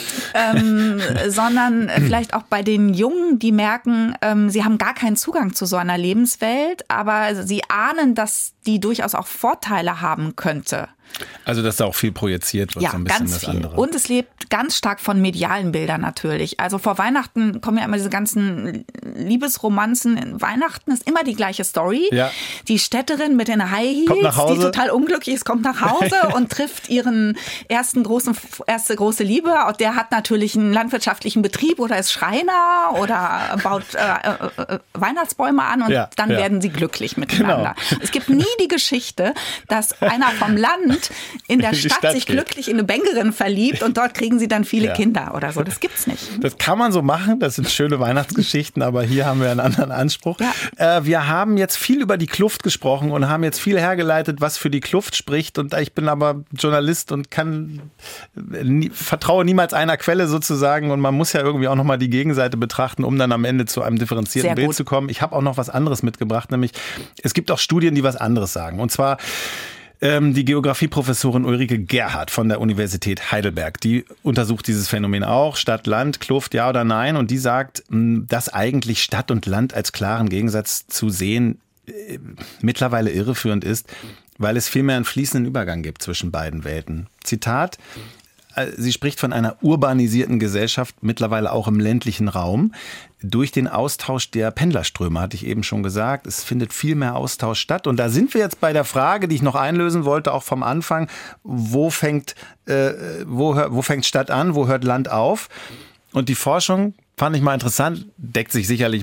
sondern vielleicht auch bei den Jungen, die merken, sie haben gar keinen Zugang zu so einer Lebenswelt, aber sie ahnen, dass die durchaus auch Vorteile haben könnte. Also, dass da auch viel projiziert wird, ja, so ein bisschen ganz das viel. andere. Und es lebt ganz stark von medialen Bildern natürlich. Also vor Weihnachten kommen ja immer diese ganzen Liebesromanzen. Weihnachten ist immer die gleiche Story. Ja. Die Städterin mit den High Heels, die total unglücklich ist, kommt nach Hause und trifft ihren erste große Liebe. Und der hat natürlich einen landwirtschaftlichen Betrieb oder ist Schreiner oder baut Weihnachtsbäume an und dann werden sie glücklich miteinander. Genau. Es gibt nie die Geschichte, dass einer vom Land in der Stadt sich glücklich in eine Bankerin verliebt und dort kriegen sie dann viele Kinder oder so. Das gibt's nicht. Das kann man so machen, das sind schöne Weihnachtsgeschichten, aber hier haben wir einen anderen Anspruch. Ja. Wir haben jetzt viel über die Kluft gesprochen und haben jetzt viel hergeleitet, was für die Kluft spricht. Und ich bin aber Journalist und vertraue niemals einer Quelle sozusagen. Und man muss ja irgendwie auch nochmal die Gegenseite betrachten, um dann am Ende zu einem differenzierten Bild zu kommen. Ich habe auch noch was anderes mitgebracht, nämlich es gibt auch Studien, die was anderes sagen. Und zwar die Geografieprofessorin Ulrike Gerhardt von der Universität Heidelberg, die untersucht dieses Phänomen auch, Stadt, Land, Kluft, ja oder nein. Und die sagt, dass eigentlich Stadt und Land als klaren Gegensatz zu sehen mittlerweile irreführend ist, weil es vielmehr einen fließenden Übergang gibt zwischen beiden Welten. Zitat: Sie spricht von einer urbanisierten Gesellschaft, mittlerweile auch im ländlichen Raum. Durch den Austausch der Pendlerströme, hatte ich eben schon gesagt. Es findet viel mehr Austausch statt. Und da sind wir jetzt bei der Frage, die ich noch einlösen wollte, auch vom Anfang. Wo fängt Stadt an? Wo hört Land auf? Und die Forschung, fand ich mal interessant, deckt sich sicherlich mit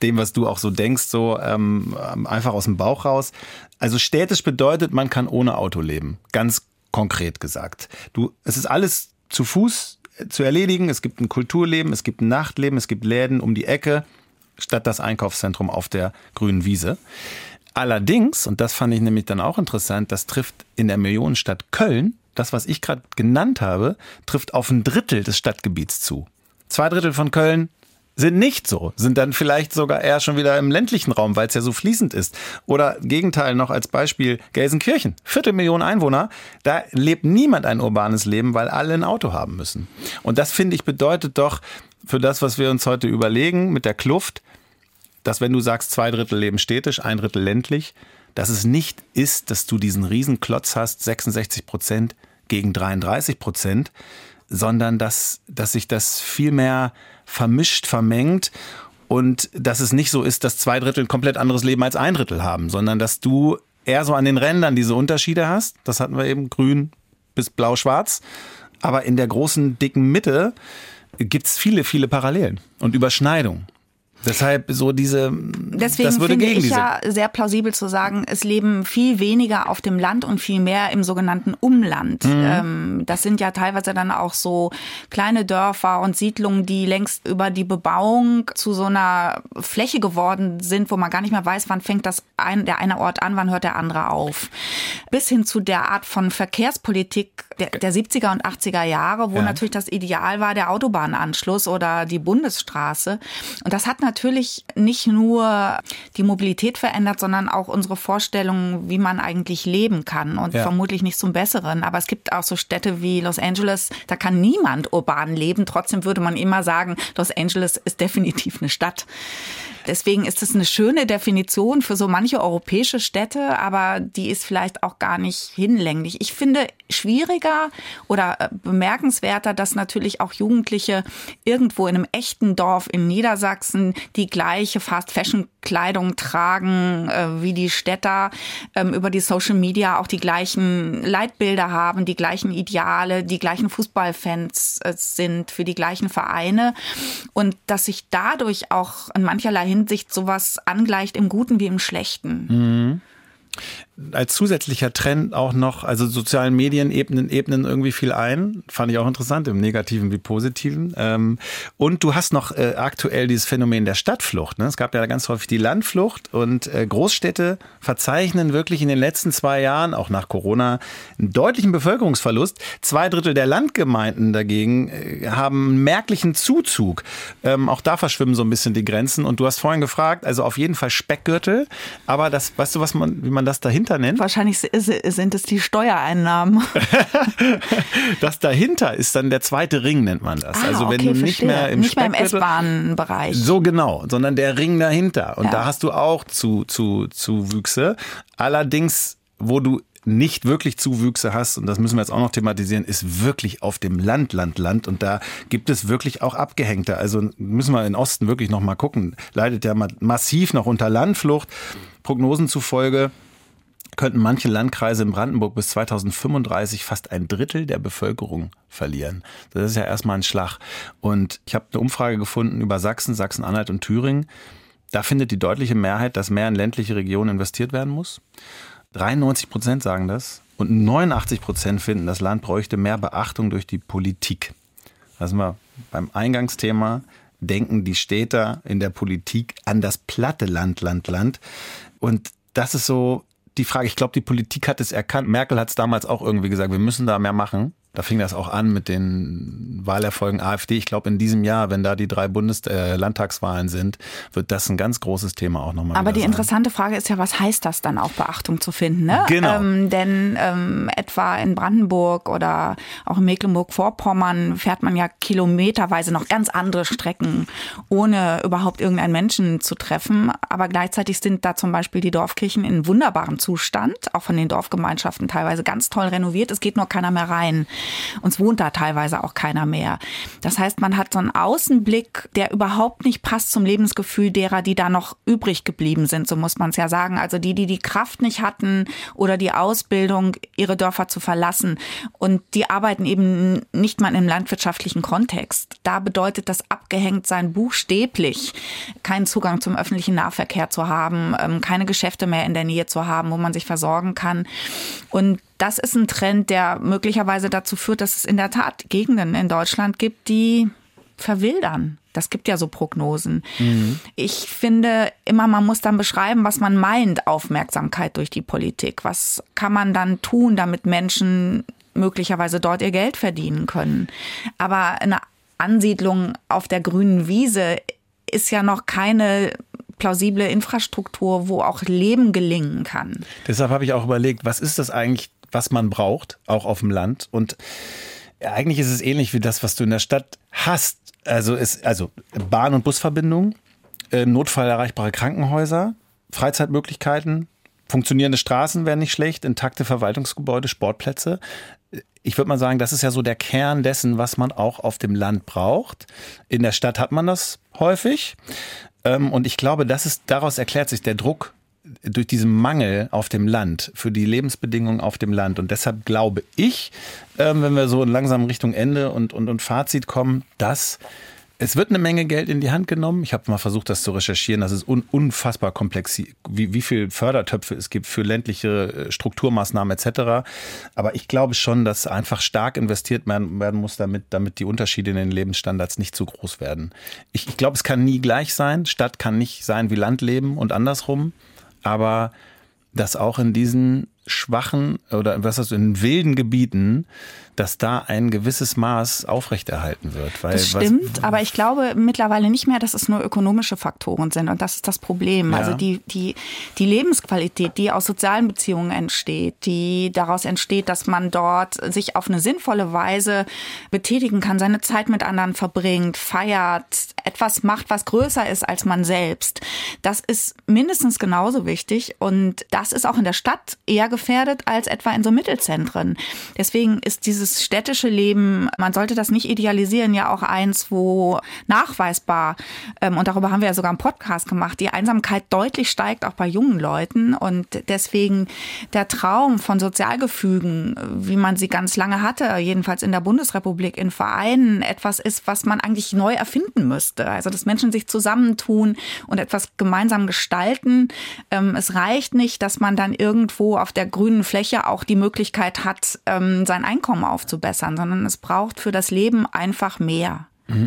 dem, was du auch so denkst, so einfach aus dem Bauch raus. Also städtisch bedeutet, man kann ohne Auto leben. Ganz konkret gesagt. Es ist alles zu Fuß zu erledigen. Es gibt ein Kulturleben, es gibt ein Nachtleben, es gibt Läden um die Ecke, statt das Einkaufszentrum auf der grünen Wiese. Allerdings, und das fand ich nämlich dann auch interessant, das trifft in der Millionenstadt Köln, das, was ich gerade genannt habe, trifft auf 1/3 des Stadtgebiets zu. 2/3 von Köln sind nicht so, sind dann vielleicht sogar eher schon wieder im ländlichen Raum, weil es ja so fließend ist. Oder Gegenteil noch als Beispiel Gelsenkirchen, 250.000 Einwohner, da lebt niemand ein urbanes Leben, weil alle ein Auto haben müssen. Und das, finde ich, bedeutet doch für das, was wir uns heute überlegen mit der Kluft, dass wenn du sagst, 2/3 leben städtisch, 1/3 ländlich, dass es nicht ist, dass du diesen Riesenklotz hast, 66% gegen 33%, sondern dass sich das viel mehr vermischt, vermengt und dass es nicht so ist, dass 2/3 ein komplett anderes Leben als 1/3 haben, sondern dass du eher so an den Rändern diese Unterschiede hast. Das hatten wir eben, grün bis blau-schwarz. Aber in der großen, dicken Mitte gibt es viele, viele Parallelen und Überschneidungen. Deshalb so Deswegen das würde finde gegen ich ja sehr plausibel zu sagen, es leben viel weniger auf dem Land und viel mehr im sogenannten Umland. Das sind ja teilweise dann auch so kleine Dörfer und Siedlungen, die längst über die Bebauung zu so einer Fläche geworden sind, wo man gar nicht mehr weiß, wann fängt der eine Ort an, wann hört der andere auf. Bis hin zu der Art von Verkehrspolitik der 70er und 80er Jahre, wo natürlich das Ideal war, der Autobahnanschluss oder die Bundesstraße. Und das hat natürlich nicht nur die Mobilität verändert, sondern auch unsere Vorstellungen, wie man eigentlich leben kann und vermutlich nicht zum Besseren. Aber es gibt auch so Städte wie Los Angeles, da kann niemand urban leben. Trotzdem würde man immer sagen, Los Angeles ist definitiv eine Stadt. Deswegen ist es eine schöne Definition für so manche europäische Städte, aber die ist vielleicht auch gar nicht hinlänglich. Ich finde schwieriger oder bemerkenswerter, dass natürlich auch Jugendliche irgendwo in einem echten Dorf in Niedersachsen die gleiche Fast-Fashion-Kleidung tragen wie die Städter, über die Social Media auch die gleichen Leitbilder haben, die gleichen Ideale, die gleichen Fußballfans sind für die gleichen Vereine und dass sich dadurch auch in mancherlei Hinsicht sowas angleicht im Guten wie im Schlechten. Mhm. Als zusätzlicher Trend auch noch, also sozialen Medien ebnen irgendwie viel ein. Fand ich auch interessant, im Negativen wie Positiven. Und du hast noch aktuell dieses Phänomen der Stadtflucht. Ne? Es gab ja ganz häufig die Landflucht und Großstädte verzeichnen wirklich in den letzten 2 Jahren, auch nach Corona, einen deutlichen Bevölkerungsverlust. 2/3 der Landgemeinden dagegen haben einen merklichen Zuzug. Auch da verschwimmen so ein bisschen die Grenzen. Und du hast vorhin gefragt, also auf jeden Fall Speckgürtel. Aber das, weißt du, wie man das dahinter nennt? Wahrscheinlich sind es die Steuereinnahmen. Das dahinter ist dann der zweite Ring, nennt man das. Also wenn du nicht mehr im S-Bahn-Bereich. So genau, sondern der Ring dahinter. Und da hast du auch Zuwüchse. Allerdings, wo du nicht wirklich Zuwüchse hast, und das müssen wir jetzt auch noch thematisieren, ist wirklich auf dem Land. Und da gibt es wirklich auch Abgehängte. Also müssen wir in Osten wirklich noch mal gucken. Leidet ja massiv noch unter Landflucht. Prognosen zufolge könnten manche Landkreise in Brandenburg bis 2035 fast 1/3 der Bevölkerung verlieren. Das ist ja erstmal ein Schlag. Und ich habe eine Umfrage gefunden über Sachsen-Anhalt und Thüringen. Da findet die deutliche Mehrheit, dass mehr in ländliche Regionen investiert werden muss. 93% sagen das und 89% finden, das Land bräuchte mehr Beachtung durch die Politik. Da sind wir beim Eingangsthema. Denken die Städter in der Politik an das platte Land. Und das ist so die Frage. Ich glaube, die Politik hat es erkannt. Merkel hat es damals auch irgendwie gesagt, wir müssen da mehr machen. Da fing das auch an mit den Wahlerfolgen AfD. Ich glaube, in diesem Jahr, wenn da die 3 Landtagswahlen sind, wird das ein ganz großes Thema auch nochmal Aber die sein. Interessante Frage ist ja, was heißt das dann auch, Beachtung zu finden? Ne? Genau. Denn etwa in Brandenburg oder auch in Mecklenburg-Vorpommern fährt man ja kilometerweise noch ganz andere Strecken, ohne überhaupt irgendeinen Menschen zu treffen. Aber gleichzeitig sind da zum Beispiel die Dorfkirchen in wunderbarem Zustand, auch von den Dorfgemeinschaften teilweise ganz toll renoviert. Es geht nur keiner mehr rein. Und es wohnt da teilweise auch keiner mehr. Das heißt, man hat so einen Außenblick, der überhaupt nicht passt zum Lebensgefühl derer, die da noch übrig geblieben sind, so muss man es ja sagen. Also die Kraft nicht hatten oder die Ausbildung, ihre Dörfer zu verlassen. Und die arbeiten eben nicht mal im landwirtschaftlichen Kontext. Da bedeutet das Abgehängtsein buchstäblich, keinen Zugang zum öffentlichen Nahverkehr zu haben, keine Geschäfte mehr in der Nähe zu haben, wo man sich versorgen kann. Und das ist ein Trend, der möglicherweise dazu führt, dass es in der Tat Gegenden in Deutschland gibt, die verwildern. Das gibt ja so Prognosen. Ich finde immer, man muss dann beschreiben, was man meint, Aufmerksamkeit durch die Politik. Was kann man dann tun, damit Menschen möglicherweise dort ihr Geld verdienen können? Aber eine Ansiedlung auf der grünen Wiese ist ja noch keine plausible Infrastruktur, wo auch Leben gelingen kann. Deshalb habe ich auch überlegt, was ist das eigentlich, was man braucht, auch auf dem Land? Und eigentlich ist es ähnlich wie das, was du in der Stadt hast. Also Bahn- und Busverbindungen, notfallerreichbare Krankenhäuser, Freizeitmöglichkeiten, funktionierende Straßen wären nicht schlecht, intakte Verwaltungsgebäude, Sportplätze. Ich würde mal sagen, das ist ja so der Kern dessen, was man auch auf dem Land braucht. In der Stadt hat man das häufig. Und ich glaube, daraus erklärt sich der Druck durch diesen Mangel auf dem Land, für die Lebensbedingungen auf dem Land. Und deshalb glaube ich, wenn wir so langsam Richtung Ende und Fazit kommen, dass es wird eine Menge Geld in die Hand genommen. Ich habe mal versucht, das zu recherchieren. Das ist unfassbar komplex, wie viel Fördertöpfe es gibt für ländliche Strukturmaßnahmen etc. Aber ich glaube schon, dass einfach stark investiert werden muss, damit die Unterschiede in den Lebensstandards nicht zu groß werden. Ich glaube, es kann nie gleich sein. Stadt kann nicht sein wie Landleben und andersrum. Aber dass auch in diesen schwachen oder in wilden Gebieten, dass da ein gewisses Maß aufrechterhalten wird. Das stimmt, aber ich glaube mittlerweile nicht mehr, dass es nur ökonomische Faktoren sind und das ist das Problem. Ja. Also die Lebensqualität, die aus sozialen Beziehungen entsteht, die daraus entsteht, dass man dort sich auf eine sinnvolle Weise betätigen kann, seine Zeit mit anderen verbringt, feiert, etwas macht, was größer ist als man selbst. Das ist mindestens genauso wichtig und das ist auch in der Stadt eher gefährdet als etwa in so Mittelzentren. Deswegen ist dieses städtische Leben, man sollte das nicht idealisieren, ja auch eins, wo nachweisbar, und darüber haben wir ja sogar einen Podcast gemacht, die Einsamkeit deutlich steigt, auch bei jungen Leuten. Und deswegen der Traum von Sozialgefügen, wie man sie ganz lange hatte, jedenfalls in der Bundesrepublik, in Vereinen, etwas ist, was man eigentlich neu erfinden müsste. Also dass Menschen sich zusammentun und etwas gemeinsam gestalten. Es reicht nicht, dass man dann irgendwo auf der grünen Fläche auch die Möglichkeit hat, sein Einkommen aufzubessern, sondern es braucht für das Leben einfach mehr.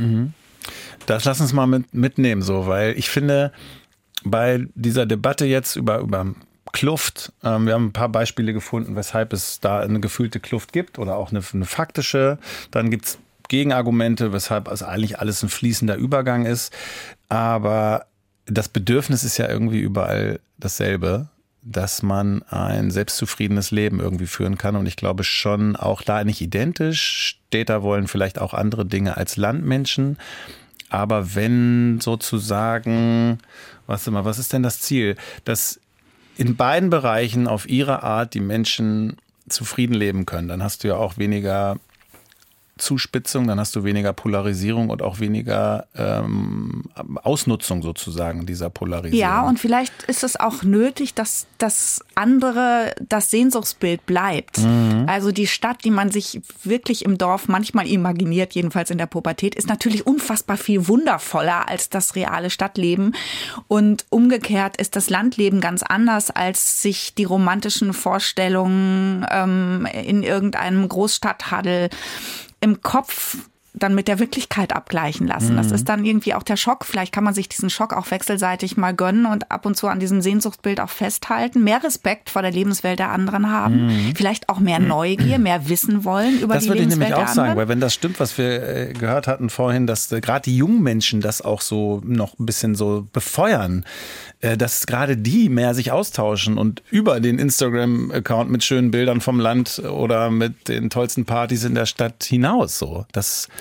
Das lass uns mal mitnehmen, so, weil ich finde, bei dieser Debatte jetzt über Kluft, wir haben ein paar Beispiele gefunden, weshalb es da eine gefühlte Kluft gibt oder auch eine faktische. Dann gibt es Gegenargumente, weshalb also eigentlich alles ein fließender Übergang ist. Aber das Bedürfnis ist ja irgendwie überall dasselbe, dass man ein selbstzufriedenes Leben irgendwie führen kann. Und ich glaube schon auch da nicht identisch. Städter wollen vielleicht auch andere Dinge als Landmenschen. Aber wenn sozusagen, was ist denn das Ziel? Dass in beiden Bereichen auf ihre Art die Menschen zufrieden leben können, dann hast du ja auch weniger Zuspitzung, dann hast du weniger Polarisierung und auch weniger Ausnutzung sozusagen dieser Polarisierung. Ja, und vielleicht ist es auch nötig, dass das andere, das Sehnsuchtsbild bleibt. Also die Stadt, die man sich wirklich im Dorf manchmal imaginiert, jedenfalls in der Pubertät, ist natürlich unfassbar viel wundervoller als das reale Stadtleben. Und umgekehrt ist das Landleben ganz anders, als sich die romantischen Vorstellungen in irgendeinem Großstadthuddle im Kopf dann mit der Wirklichkeit abgleichen lassen. Das ist dann irgendwie auch der Schock. Vielleicht kann man sich diesen Schock auch wechselseitig mal gönnen und ab und zu an diesem Sehnsuchtsbild auch festhalten. Mehr Respekt vor der Lebenswelt der anderen haben. Vielleicht auch mehr Neugier, mehr wissen wollen über die Lebenswelt der anderen. Das würde ich nämlich auch sagen, weil wenn das stimmt, was wir gehört hatten vorhin, dass gerade die jungen Menschen das auch so noch ein bisschen so befeuern, dass gerade die mehr sich austauschen und über den Instagram-Account mit schönen Bildern vom Land oder mit den tollsten Partys in der Stadt hinaus so. Das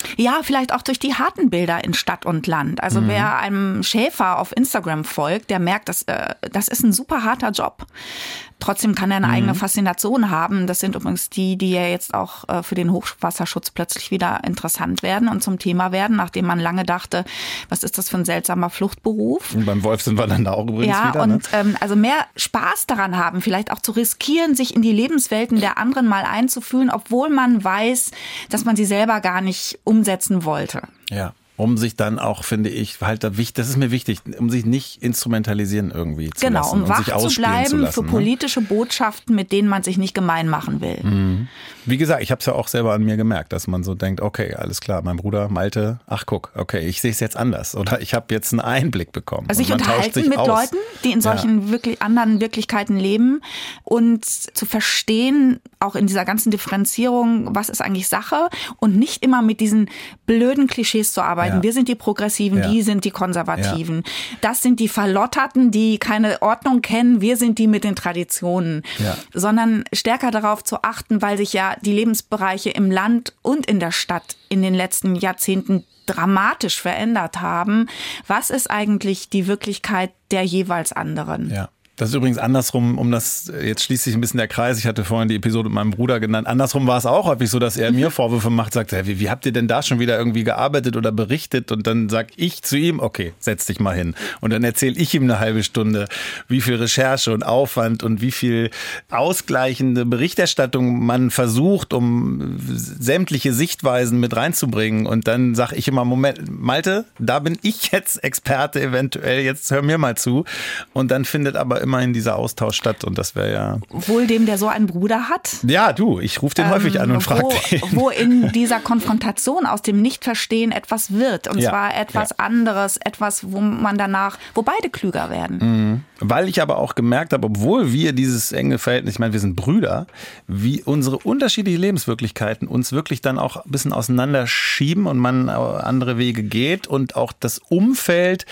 Ja, vielleicht auch durch die harten Bilder in Stadt und Land. Also wer einem Schäfer auf Instagram folgt, der merkt, das ist ein super harter Job. Trotzdem kann er eine eigene Faszination haben. Das sind übrigens die ja jetzt auch für den Hochwasserschutz plötzlich wieder interessant werden und zum Thema werden, nachdem man lange dachte, was ist das für ein seltsamer Fluchtberuf? Und beim Wolf sind wir dann da auch übrigens wieder. Ja, und also mehr Spaß daran haben, vielleicht auch zu riskieren, sich in die Lebenswelten der anderen mal einzufühlen, obwohl man weiß, dass man sie selber gar nicht umsetzen wollte. Ja. Um sich dann auch, finde ich, halt das ist mir wichtig, um sich nicht instrumentalisieren irgendwie zu lassen. Genau, um wach sich zu bleiben lassen, für politische Botschaften, mit denen man sich nicht gemein machen will. Wie gesagt, ich habe es ja auch selber an mir gemerkt, dass man so denkt, okay, alles klar, mein Bruder Malte, ach guck, okay, ich sehe es jetzt anders oder ich habe jetzt einen Einblick bekommen. Also sich unterhalten mit Leuten, die in solchen wirklich anderen Wirklichkeiten leben und zu verstehen, auch in dieser ganzen Differenzierung, was ist eigentlich Sache und nicht immer mit diesen blöden Klischees zu arbeiten. Ja. Wir sind die Progressiven, die sind die Konservativen. Ja. Das sind die Verlotterten, die keine Ordnung kennen. Wir sind die mit den Traditionen. Ja. Sondern stärker darauf zu achten, weil sich ja die Lebensbereiche im Land und in der Stadt in den letzten Jahrzehnten dramatisch verändert haben. Was ist eigentlich die Wirklichkeit der jeweils anderen? Ja. Das ist übrigens andersrum, jetzt schließt sich ein bisschen der Kreis, ich hatte vorhin die Episode mit meinem Bruder genannt, andersrum war es auch häufig so, dass er mir Vorwürfe macht, sagt, hey, wie habt ihr denn da schon wieder irgendwie gearbeitet oder berichtet? Und dann sag ich zu ihm, okay, setz dich mal hin. Und dann erzähle ich ihm eine halbe Stunde, wie viel Recherche und Aufwand und wie viel ausgleichende Berichterstattung man versucht, um sämtliche Sichtweisen mit reinzubringen. Und dann sage ich immer, Moment, Malte, da bin ich jetzt Experte eventuell, jetzt hör mir mal zu. Und dann findet aber immerhin dieser Austausch statt und das wäre ja... Wohl dem, der so einen Bruder hat. Ja, du, ich rufe den häufig an und frage den. Wo in dieser Konfrontation aus dem Nichtverstehen etwas wird und zwar etwas anderes, etwas, wo beide klüger werden. Weil ich aber auch gemerkt habe, obwohl wir dieses enge Verhältnis, ich meine, wir sind Brüder, wie unsere unterschiedlichen Lebenswirklichkeiten uns wirklich dann auch ein bisschen auseinanderschieben und man andere Wege geht und auch das Umfeld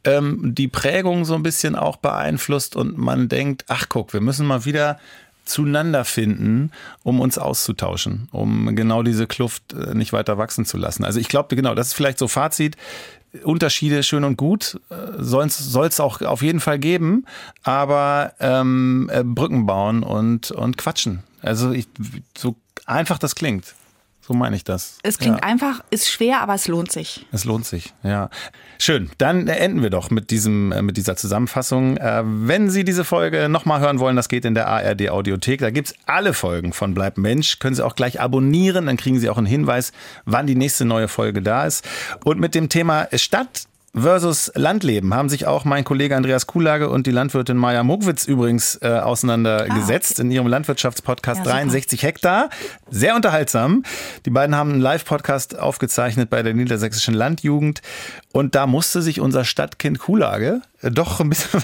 die Prägung so ein bisschen auch beeinflusst und man denkt, ach guck, wir müssen mal wieder zueinander finden, um uns auszutauschen, um genau diese Kluft nicht weiter wachsen zu lassen. Also ich glaube, genau, das ist vielleicht so Fazit. Unterschiede schön und gut, soll es auch auf jeden Fall geben, aber Brücken bauen und quatschen. Also so einfach das klingt. So meine ich das. Es klingt einfach, ist schwer, aber es lohnt sich. Es lohnt sich, ja. Schön, dann enden wir doch mit dieser Zusammenfassung. Wenn Sie diese Folge nochmal hören wollen, das geht in der ARD Audiothek. Da gibt's alle Folgen von Bleib Mensch. Können Sie auch gleich abonnieren, dann kriegen Sie auch einen Hinweis, wann die nächste neue Folge da ist. Und mit dem Thema Stadt versus Landleben haben sich auch mein Kollege Andreas Kuhlage und die Landwirtin Maja Mogwitz übrigens auseinandergesetzt in ihrem Landwirtschaftspodcast 63 Hektar. Sehr unterhaltsam. Die beiden haben einen Live-Podcast aufgezeichnet bei der Niedersächsischen Landjugend und da musste sich unser Stadtkind Kuhlage doch ein bisschen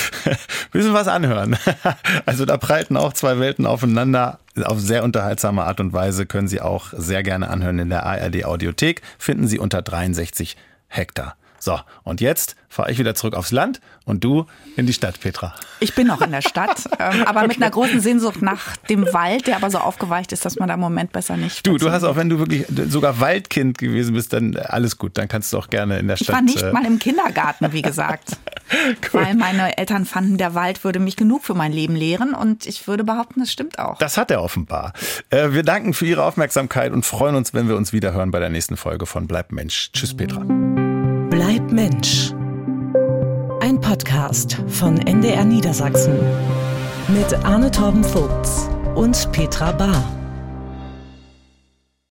was anhören. Also da prallten auch zwei Welten aufeinander. Auf sehr unterhaltsame Art und Weise können Sie auch sehr gerne anhören in der ARD Audiothek. Finden Sie unter 63 Hektar. So, und jetzt fahre ich wieder zurück aufs Land und du in die Stadt, Petra. Ich bin noch in der Stadt, aber mit einer großen Sehnsucht nach dem Wald, der aber so aufgeweicht ist, dass man da im Moment besser nicht... Du hast auch, wenn du wirklich sogar Waldkind gewesen bist, dann alles gut, dann kannst du auch gerne in der Stadt... Ich war nicht mal im Kindergarten, wie gesagt, weil meine Eltern fanden, der Wald würde mich genug für mein Leben lehren und ich würde behaupten, das stimmt auch. Das hat er offenbar. Wir danken für Ihre Aufmerksamkeit und freuen uns, wenn wir uns wieder hören bei der nächsten Folge von Bleib Mensch. Tschüss, Petra. Bleib Mensch. Ein Podcast von NDR Niedersachsen mit Arne Torben Vogts und Petra Bahr.